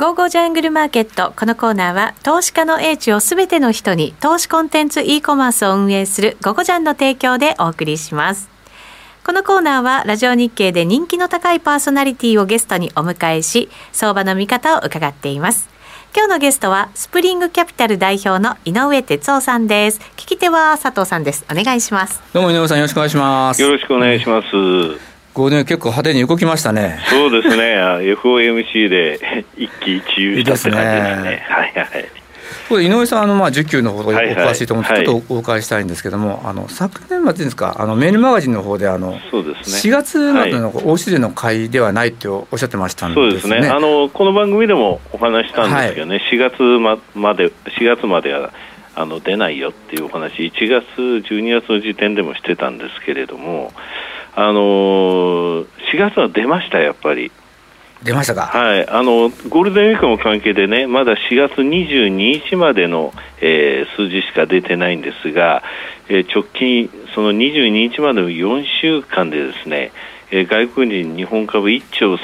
ゴーゴージャングルマーケット。このコーナーは投資家の英知をすべての人に、投資コンテンツ e コマースを運営するゴゴジャンの提供でお送りします。このコーナーはラジオ日経で人気の高いパーソナリティをゲストにお迎えし、相場の見方を伺っています。今日のゲストはスプリングキャピタル代表の井上哲夫さんです。聞き手は佐藤さんです。お願いします。 どうも井上さん、よろしくお願いします。 よろしくお願いします。 ゴールデン結構派手に動きましたね。 そうですねFOMC で一喜一憂したって感じですね。はいはい。 これ井上さん需給の方がお詳しいと思うので、 はいはい、 ちょっとお伺いしたいんですけども、昨年末ですか、メールマガジンの方でそうですね、 4月までの大市場の買いではないとおっしゃってましたんですね。 そうですね、この番組でもお話したんですけどね、はい、4月までは出ないよっていうお話、1月12月の時点でもしてたんですけれども、4月は出ました。やっぱり出ましたか。 はい、ゴールデンウィークの関係でね、まだ4月22日までの、数字しか出てないんですが、直近その22日までの4週間でですね、外国人日本株1兆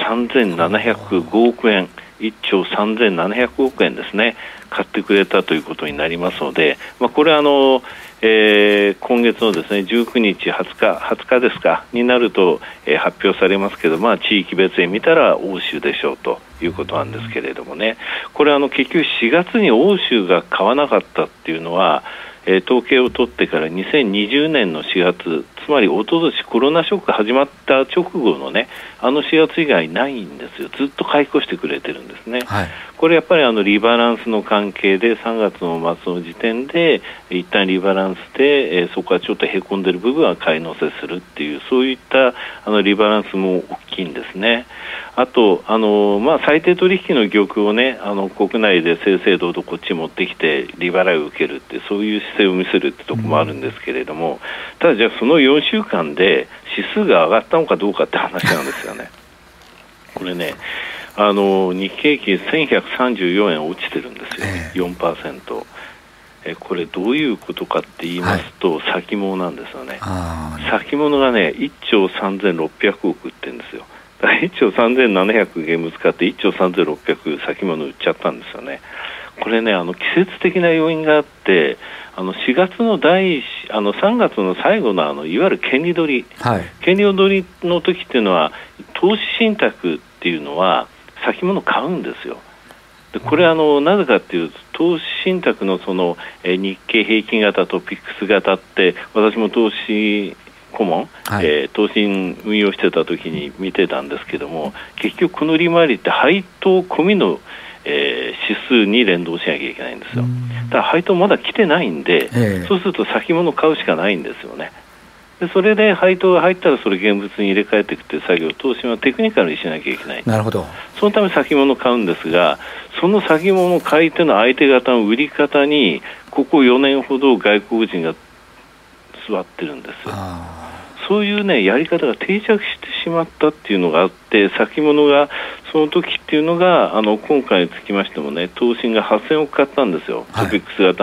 3705億円、1兆3700億円ですね、買ってくれたということになりますので、これは今月のですね19日20日ですかになると、発表されますけど、地域別で見たら欧州でしょうということなんですけれどもね、これ結局4月に欧州が買わなかったっていうのは、統計を取ってから2020年の4月、つまり一昨年コロナショック始まった直後のね、4月以外ないんですよ。ずっと買い越してくれてるんですね、はい、これやっぱりリバランスの関係で3月の末の時点で一旦リバランスで、そこはちょっとへこんでる部分は買い乗せするっていう、そういったリバランスも大きいんですね。あと最低取引の玉をね、国内で正々堂々こっち持ってきて利払いを受けるって、そういう姿勢を見せるってところもあるんですけれども、ただじゃあその4週間で指数が上がったのかどうかって話なんですよね。これね、日経平均1134円落ちてるんですよ、4%。これどういうことかって言いますと、はい、先物なんですよね。先物がね1兆3600億売ってるんですよ。1兆3700現物買って1兆3600先物売っちゃったんですよね。これね、季節的な要因があって、4月の3月の最後のいわゆる権利取り、はい、権利取りの時っていうのは、投資信託っていうのは先物買うんですよ。でこれなぜかっていうと、投資信託の日経平均型とピックス型って、私も投資顧問、はい、投資運用してた時に見てたんですけども、結局この利回りって配当込みの、指数に連動しなきゃいけないんですよ。だから配当まだ来てないんで、そうすると先物買うしかないんですよね。でそれで配当が入ったらそれ現物に入れ替えていくという作業を投資はテクニカルにしなきゃいけない。 なるほど。 そのため先物買うんですが、その先物買い手の相手方の売り方にここ4年ほど外国人が座ってるんですよ。そういうねやり方が定着してしまったっていうのがあって、先物がその時っていうのが今回につきましてもね、投信が8000億買ったんですよ、はい、トピックス型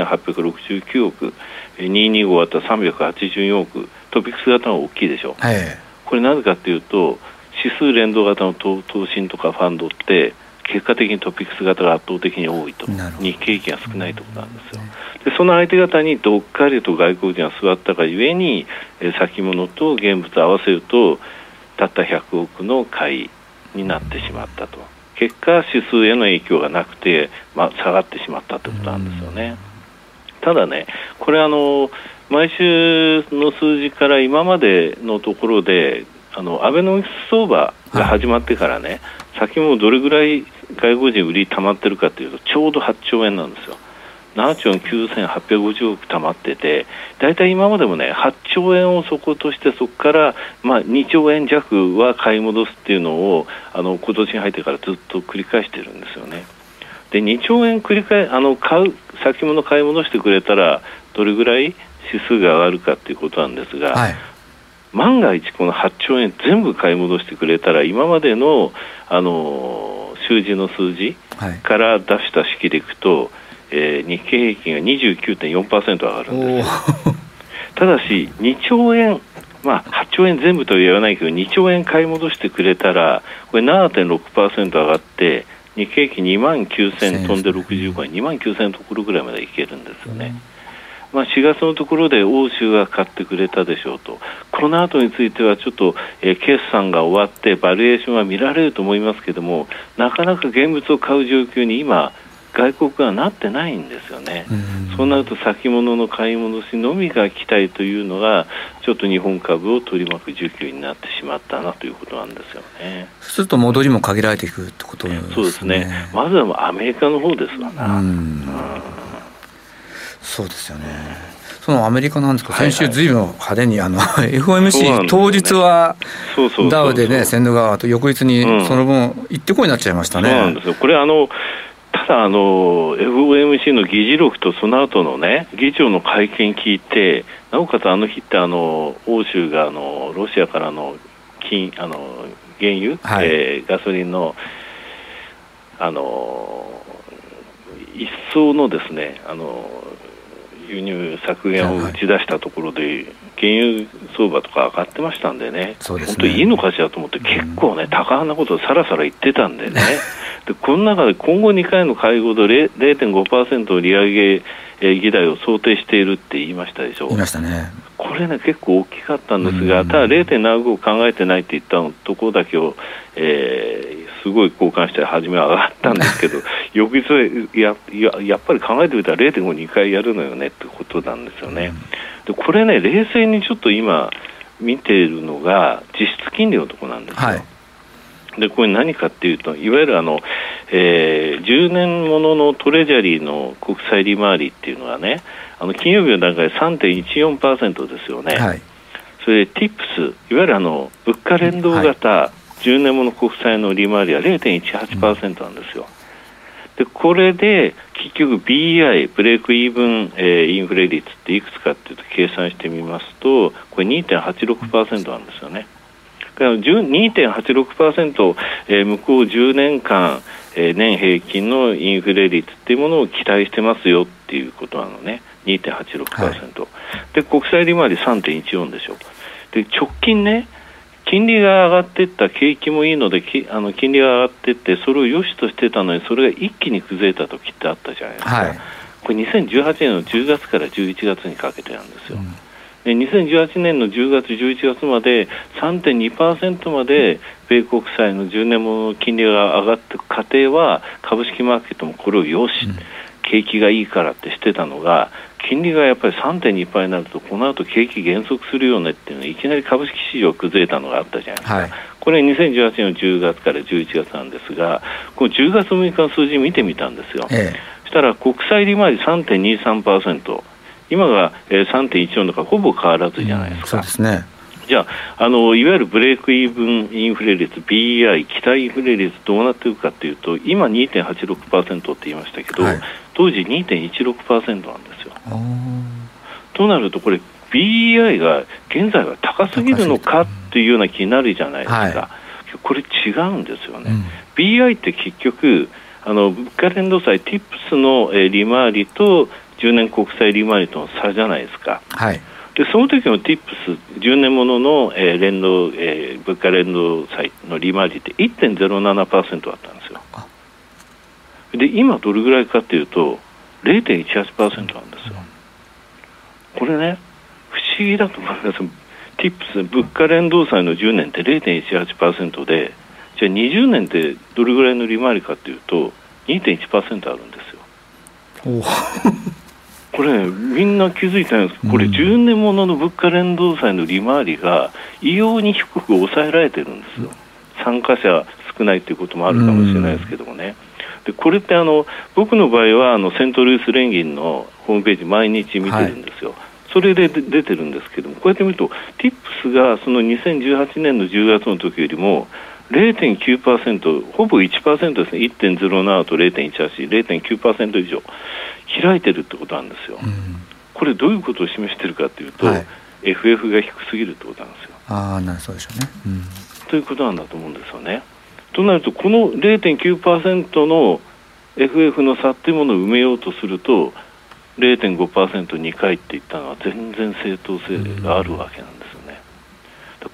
7869億、225型384億、トピックス型が大きいでしょ、はい、これなぜかっていうと、指数連動型の投信とかファンドって結果的にトピックス型が圧倒的に多いと、日経平均が少ないところなんですよ。でその相手方にどっかりと外国人が座ったがゆえに、先物と現物を合わせるとたった100億の買いになってしまったと。結果指数への影響がなくて、下がってしまったということなんですよね。ただね、これ毎週の数字から今までのところでアベノミクス相場が始まってからね、先もどれぐらい外国人売り溜まってるかというと、ちょうど8兆円なんですよ。7兆9850億溜まってて、だいたい今までもね8兆円を底として、そこから2兆円弱は買い戻すっていうのを今年に入ってからずっと繰り返してるんですよね。で2兆円買う先物買い戻してくれたらどれぐらい指数が上がるかっていうことなんですが、はい、万が一この8兆円全部買い戻してくれたら、今までの週次の数字から出した式でいくと、日経平均が 29.4% 上がるんですよ。ただし2兆円、8兆円全部とは言わないけど、2兆円買い戻してくれたらこれ 7.6% 上がって日経平均2万9000飛んで65円、2万9000ところぐらいまでいけるんですよね。4月のところで欧州が買ってくれたでしょうと。この後についてはちょっと、決算が終わってバリエーションは見られると思いますけども、なかなか現物を買う状況に今外国はなってないんですよね。そうなると先物の買い戻しのみが期待というのがちょっと日本株を取り巻く需給になってしまったなということなんですよね。 そうすると戻りも限られていくってことですね。 そうですね。まずはアメリカの方ですわな。 そうですよね。そのアメリカなんですか、先週ずいぶん派手にFOMC 当日はダウでね1000ドルがと翌日にその分行ってこいになっちゃいましたね。 そうなんですよ。これただFOMC の議事録とその後のね議長の会見聞いて、なおかつ日って欧州がロシアからの原油、ガソリンの一層のですね輸入削減を打ち出したところで、原油相場とか上がってましたんでね、本当にいいのかしらと思って結構ね高派なことをさらさら言ってたんでねでこの中で今後2回の会合で 0.5% 利上げ議題を想定しているって言いましたでしょ。 言いましたね。 これね結構大きかったんですが、ただ 0.75 を考えてないって言ったところだけを、すごい交換して初めは上がったんですけど翌日やっぱり考えてみたら 0.5 2回やるのよねってことなんですよね。でこれね冷静にちょっと今見ているのが実質金利のところなんですよ。でこれ何かっていうと、いわゆる10年もののトレジャリーの国債利回りっていうのはね、金曜日の段階で 3.14% ですよね。それで TIPS いわゆる物価連動型、10年もの国債の利回りは 0.18% なんですよ。でこれで結局 BI ブレイクイーブン、インフレ率っていくつかっていうと計算してみますとこれ 2.86% なんですよね。2.86%、向こう10年間、年平均のインフレ率っていうものを期待してますよっていうことなのね。 2.86%、で国債利回り 3.14 でしょ。で直近ね金利が上がっていった景気もいいので金利が上がっていってそれを良しとしてたのにそれが一気に崩れた時ってあったじゃないですか。これ2018年の10月から11月にかけてなんですよ。で2018年の10月11月まで 3.2% まで米国債の10年もの金利が上がっていく過程は株式マーケットもこれをよし、景気がいいからってしてたのが金利がやっぱり 3.2% になるとこの後景気減速するよねっていうのはいきなり株式市場崩れたのがあったじゃないですか。これ2018年の10月から11月なんですが、この10月6日の数字見てみたんですよ。そしたら国債利回り 3.23%、今が 3.14 だからほぼ変わらずじゃないですか。 そうですね。 じゃあ、いわゆるブレイクイーブンインフレ率 BI 期待インフレ率どうなっているかというと今 2.86% って言いましたけど、当時 2.16% なんですよ。となるとこれ BI が現在は高すぎるのかっていうような気になるじゃないですか。これ違うんですよね。BI って結局物価連動債 TIPS の利回りと10年国債利回りとの差じゃないですか。でその時の TIPS10 年ものの、物価連動債の利回りって 1.07% だったんですよ。で今どれぐらいかというと 0.18% なんですよ。これね不思議だと思います。 TIPS 物価連動債の10年って 0.18% で、じゃあ20年ってどれぐらいの利回りかというと 2.1% あるんですよ。これ、みんな気づいてないんですけど、これ10年ものの物価連動債の利回りが異様に低く抑えられてるんですよ。参加者少ないということもあるかもしれないですけどもね。でこれって僕の場合はセントルイス連銀のホームページ毎日見てるんですよ。それで出てるんですけども、こうやって見ると TIPS がその2018年の10月の時よりも 0.9% ほぼ 1% ですね。 1.07 と 0.18 0.9% 以上開いてるってことなんですよ。これどういうことを示しているかというと、FF が低すぎるってことなんですよ。 そうでしょうね。 ということなんだと思うんですよね。となるとこの 0.9% の FF の差っていうものを埋めようとすると 0.5% 2回っていったのは全然正当性があるわけなんですよね。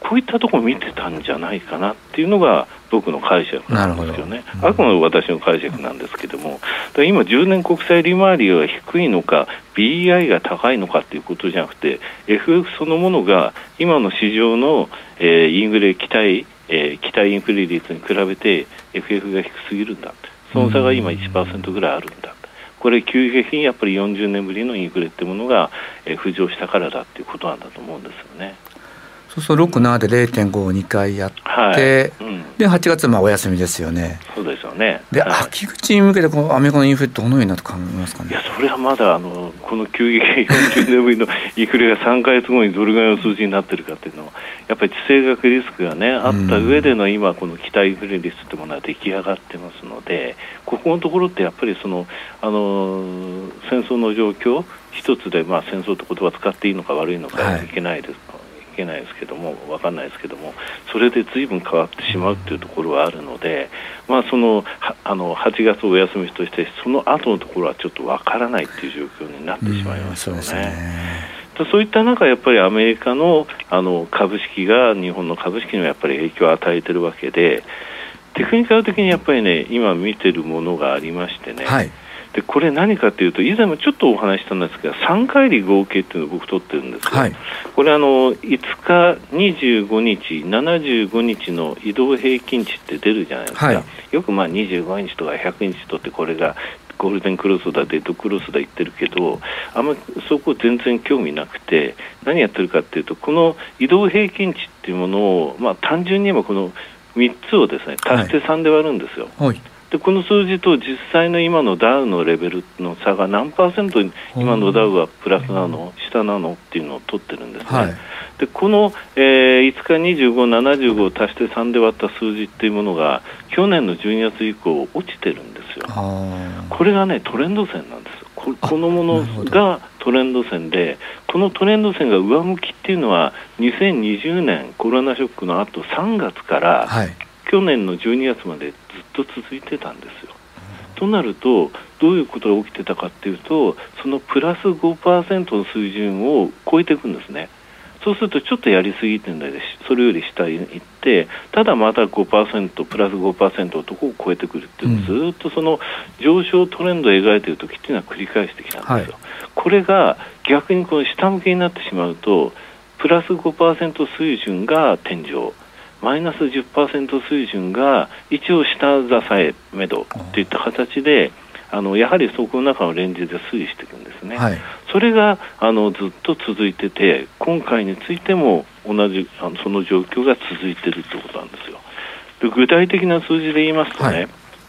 こういったところを見てたんじゃないかなっていうのが僕の解釈なんですよね。あくまで私の解釈なんですけども、だから今10年国債利回りが低いのか BEI が高いのかっていうことじゃなくて FF そのものが今の市場の、インフレ期待インフレ率に比べて FF が低すぎるんだ、その差が今 1% ぐらいあるんだ、これ急激にやっぱり40年ぶりのインフレってものが、浮上したからだっていうことなんだと思うんですよね。 そうすると6、7で 0.5 を2回やって、はい、で8月お休みですよね。 そうですよね。 で、秋口に向けてアメリカのインフレどのようになって考えますかね。 いや、それはまだこの急激40年ぶりのインフレが3ヶ月後にどれぐらいの数字になってるかっていうのはやっぱり地政学リスクがねあった上での今この期待インフレ率ってものは出来上がってますので、ここのところってやっぱり戦争の状況一つで、戦争って言葉使っていいのか悪いのかいけないですけども、分かんないですけども、それで随分変わってしまうというところはあるので、8月お休みとしてその後のところはちょっと分からないという状況になってしまいますよね。そういった中やっぱりアメリカの株式が日本の株式にもやっぱり影響を与えているわけで、テクニカル的にやっぱりね今見てるものがありましてね、はい、でこれ何かというと以前もちょっとお話したんですが3回利合計っていうのを僕取ってるんですよ、はい、これ5日、25日、75日の移動平均値って出るじゃないですか、はい、よく25日とか100日とってこれがゴールデンクロスだデッドクロスだ言ってるけどあんまりそこ全然興味なくて何やってるかっていうとこの移動平均値っていうものを、単純に言えばこの3つをですね足して3で割るんですよ、はい、でこの数字と実際の今のダウのレベルの差が何%今のダウはプラスなの下なのっていうのを取ってるんですね、はい、でこの、5日25、75を足して3で割った数字っていうものが去年の12月以降落ちてるんですよ。これがねトレンド線なんです。このものがトレンド線で、このトレンド線が上向きっていうのは2020年コロナショックの後3月から、はい、去年の12月までずっと続いてたんですよ。となるとどういうことが起きてたかっていうとそのプラス 5% の水準を超えていくんですね。そうするとちょっとやりすぎてるんでそれより下に行ってただまた 5% プラス 5% のところを超えてくるっていう、ずっとその上昇トレンドを描いている時っていうのは繰り返してきたんですよ、はい、これが逆にこの下向きになってしまうとプラス 5% 水準が天井マイナス 10% 水準が一応下支え目処といった形でやはりそこの中のレンジで推移していくんですね、はい、それがずっと続いてて今回についても同じその状況が続いているということなんですよ。で具体的な数字で言いますとね、はい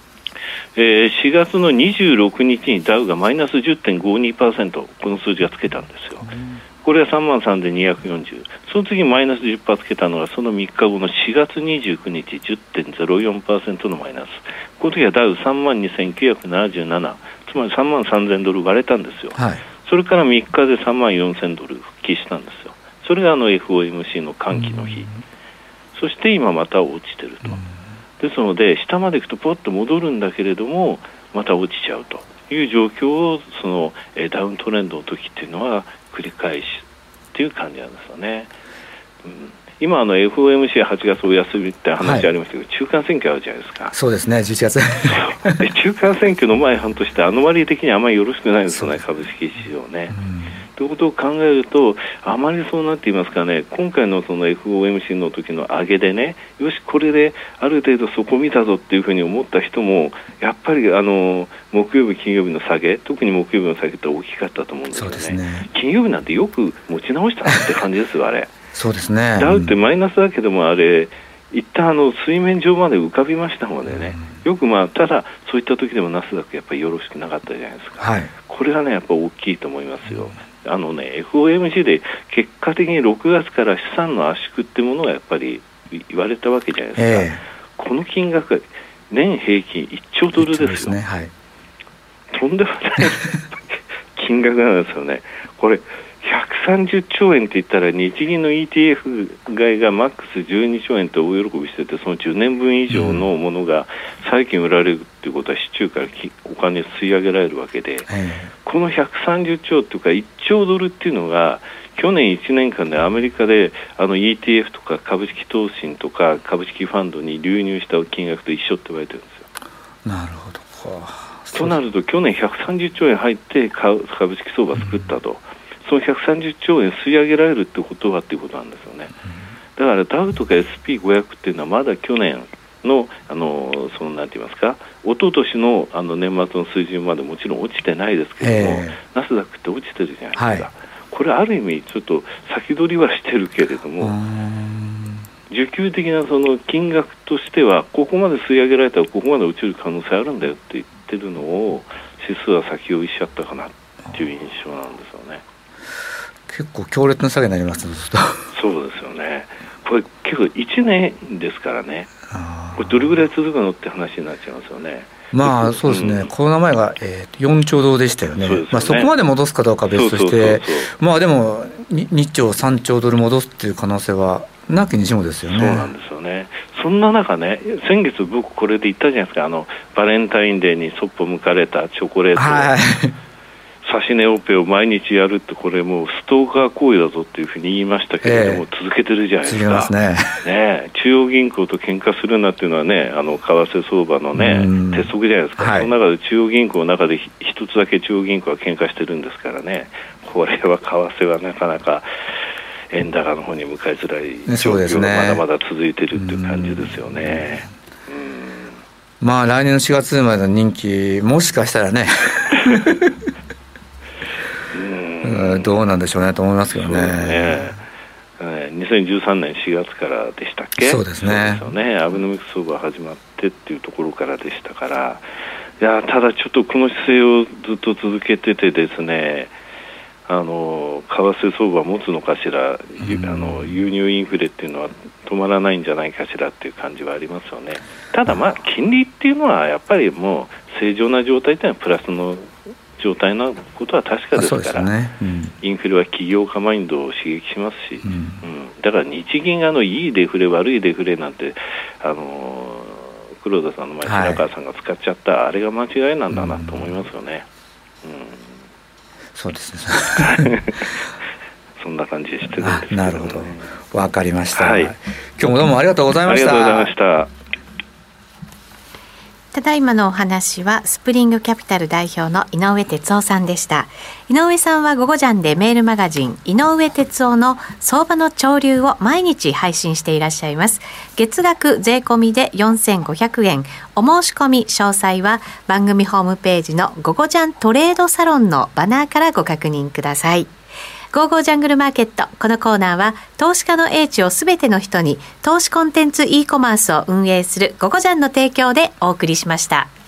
4月の26日にダウがマイナス 10.52% この数字がつけたんですよ。これは 33,240 その次マイナス 10% つけたのがその3日後の4月29日 10.04% のマイナス。この時はダウ 32,977 つまり33,000ドル割れたんですよ、はい、それから3日で 34,000 ドル復帰したんですよ。それがFOMC の歓喜の日、そして今また落ちてると、ですので下まで行くとポッと戻るんだけれどもまた落ちちゃうという状況をそのダウントレンドの時っていうのは繰り返しっていう感じなんですよね、今FOMC8 月お休みって話ありましたけど、中間選挙あるじゃないですか。 そうですね11月で中間選挙の前半としてアノマリー的にあまりよろしくないんですよね株式市場ね、ということを考えるとあまりそうなっていますかね。今回のその FOMC の時の上げでねよしこれである程度底見たぞっていうふうに思った人もやっぱり木曜日金曜日の下げ特に木曜日の下げって大きかったと思うんですよ ね。金曜日なんてよく持ち直したって感じですよあれそうですね。 ダウってマイナスだけどもあれ一旦水面上まで浮かびましたのでね、よくただそういった時でもナスダックやっぱりよろしくなかったじゃないですか、はい、これがねやっぱ大きいと思いますよ。FOMC で結果的に6月から資産の圧縮ってものがやっぱり言われたわけじゃないですか、この金額が年平均1兆ドルですよ、はい、とんでもない金額なんですよね。これ130兆円って言ったら日銀の ETF 買いがマックス12兆円と大喜びしててその10年分以上のものが債券売られるっていうことは市中からお金吸い上げられるわけで、この130兆っていうか1兆ドルっていうのが去年1年間でアメリカでETF とか株式投資とか株式ファンドに流入した金額と一緒って言われてるんですよ。 なるほど。 となると去年130兆円入って株式相場作ったと、その130兆円吸い上げられるってことはっていうことなんですよね。だからダウとか SP500 っていうのはまだ去年のそのなんて言いますか、一昨年の年末の水準までもちろん落ちてないですけども、ナスダックって落ちてるじゃないですか、これある意味ちょっと先取りはしてるけれども、需給的なその金額としてはここまで吸い上げられたらここまで落ちる可能性あるんだよって言ってるのを指数は先追いしちゃったかなっていう印象なんですよね。 結構強烈な下げになりますね。 そうですよね。これ結構1年ですからね、これどれぐらい続くのって話になっちゃいますよね。 まあそうですね、コロナ前が4兆ドルでしたよね。そこまで戻すかどうかは別として、まあでも2兆3兆ドル戻すっていう可能性はなきにしもですよね。 そうなんですよね。そんな中ね、先月僕これで言ったじゃないですか、バレンタインデーにそっぽ向かれたチョコレート、指し値オペを毎日やるって、これもうストーカー行為だぞっていうふうに言いましたけれども、続けてるじゃないですか。 続けますね。中央銀行と喧嘩するなっていうのはね、為替相場のね鉄則じゃないですか。その中で中央銀行の中で一つだけ中央銀行は喧嘩してるんですからね、これは為替はなかなか円高の方に向かいづらい状況がまだまだ続いているっていう感じですよね。 まあ来年の4月までの任期もしかしたらねどうなんでしょうねと思いますけどね。 2013年4月からでしたっけ。 そうですね。 そうですよね。アベノミクス相場始まってっていうところからでしたから、いやただちょっとこの姿勢をずっと続けててですね、為替相場持つのかしら、輸入インフレっていうのは止まらないんじゃないかしらっていう感じはありますよね。ただまあ金利っていうのはやっぱりもう正常な状態っていうのはプラスの状態なことは確かですから、インフレは企業家マインドを刺激しますし、だから日銀がいいデフレ悪いデフレなんて黒田さんの前白川さんが使っちゃった、あれが間違いなんだなと思いますよね。 そうですねそんな感じしてるんですけど、ね、 なるほど、わかりました、今日もどうもありがとうございました。 ありがとうございました。 ただいまのお話はスプリングキャピタル代表の井上哲夫さんでした。井上さんは午後ジャンでメールマガジン井上哲夫の相場の潮流を毎日配信していらっしゃいます。月額税込みで4500円。お申し込み詳細は番組ホームページの午後ジャントレードサロンのバナーからご確認ください。ゴーゴージャングルマーケット。このコーナーは投資家の英知をすべての人に投資コンテンツ e コマースを運営するゴゴジャンの提供でお送りしました。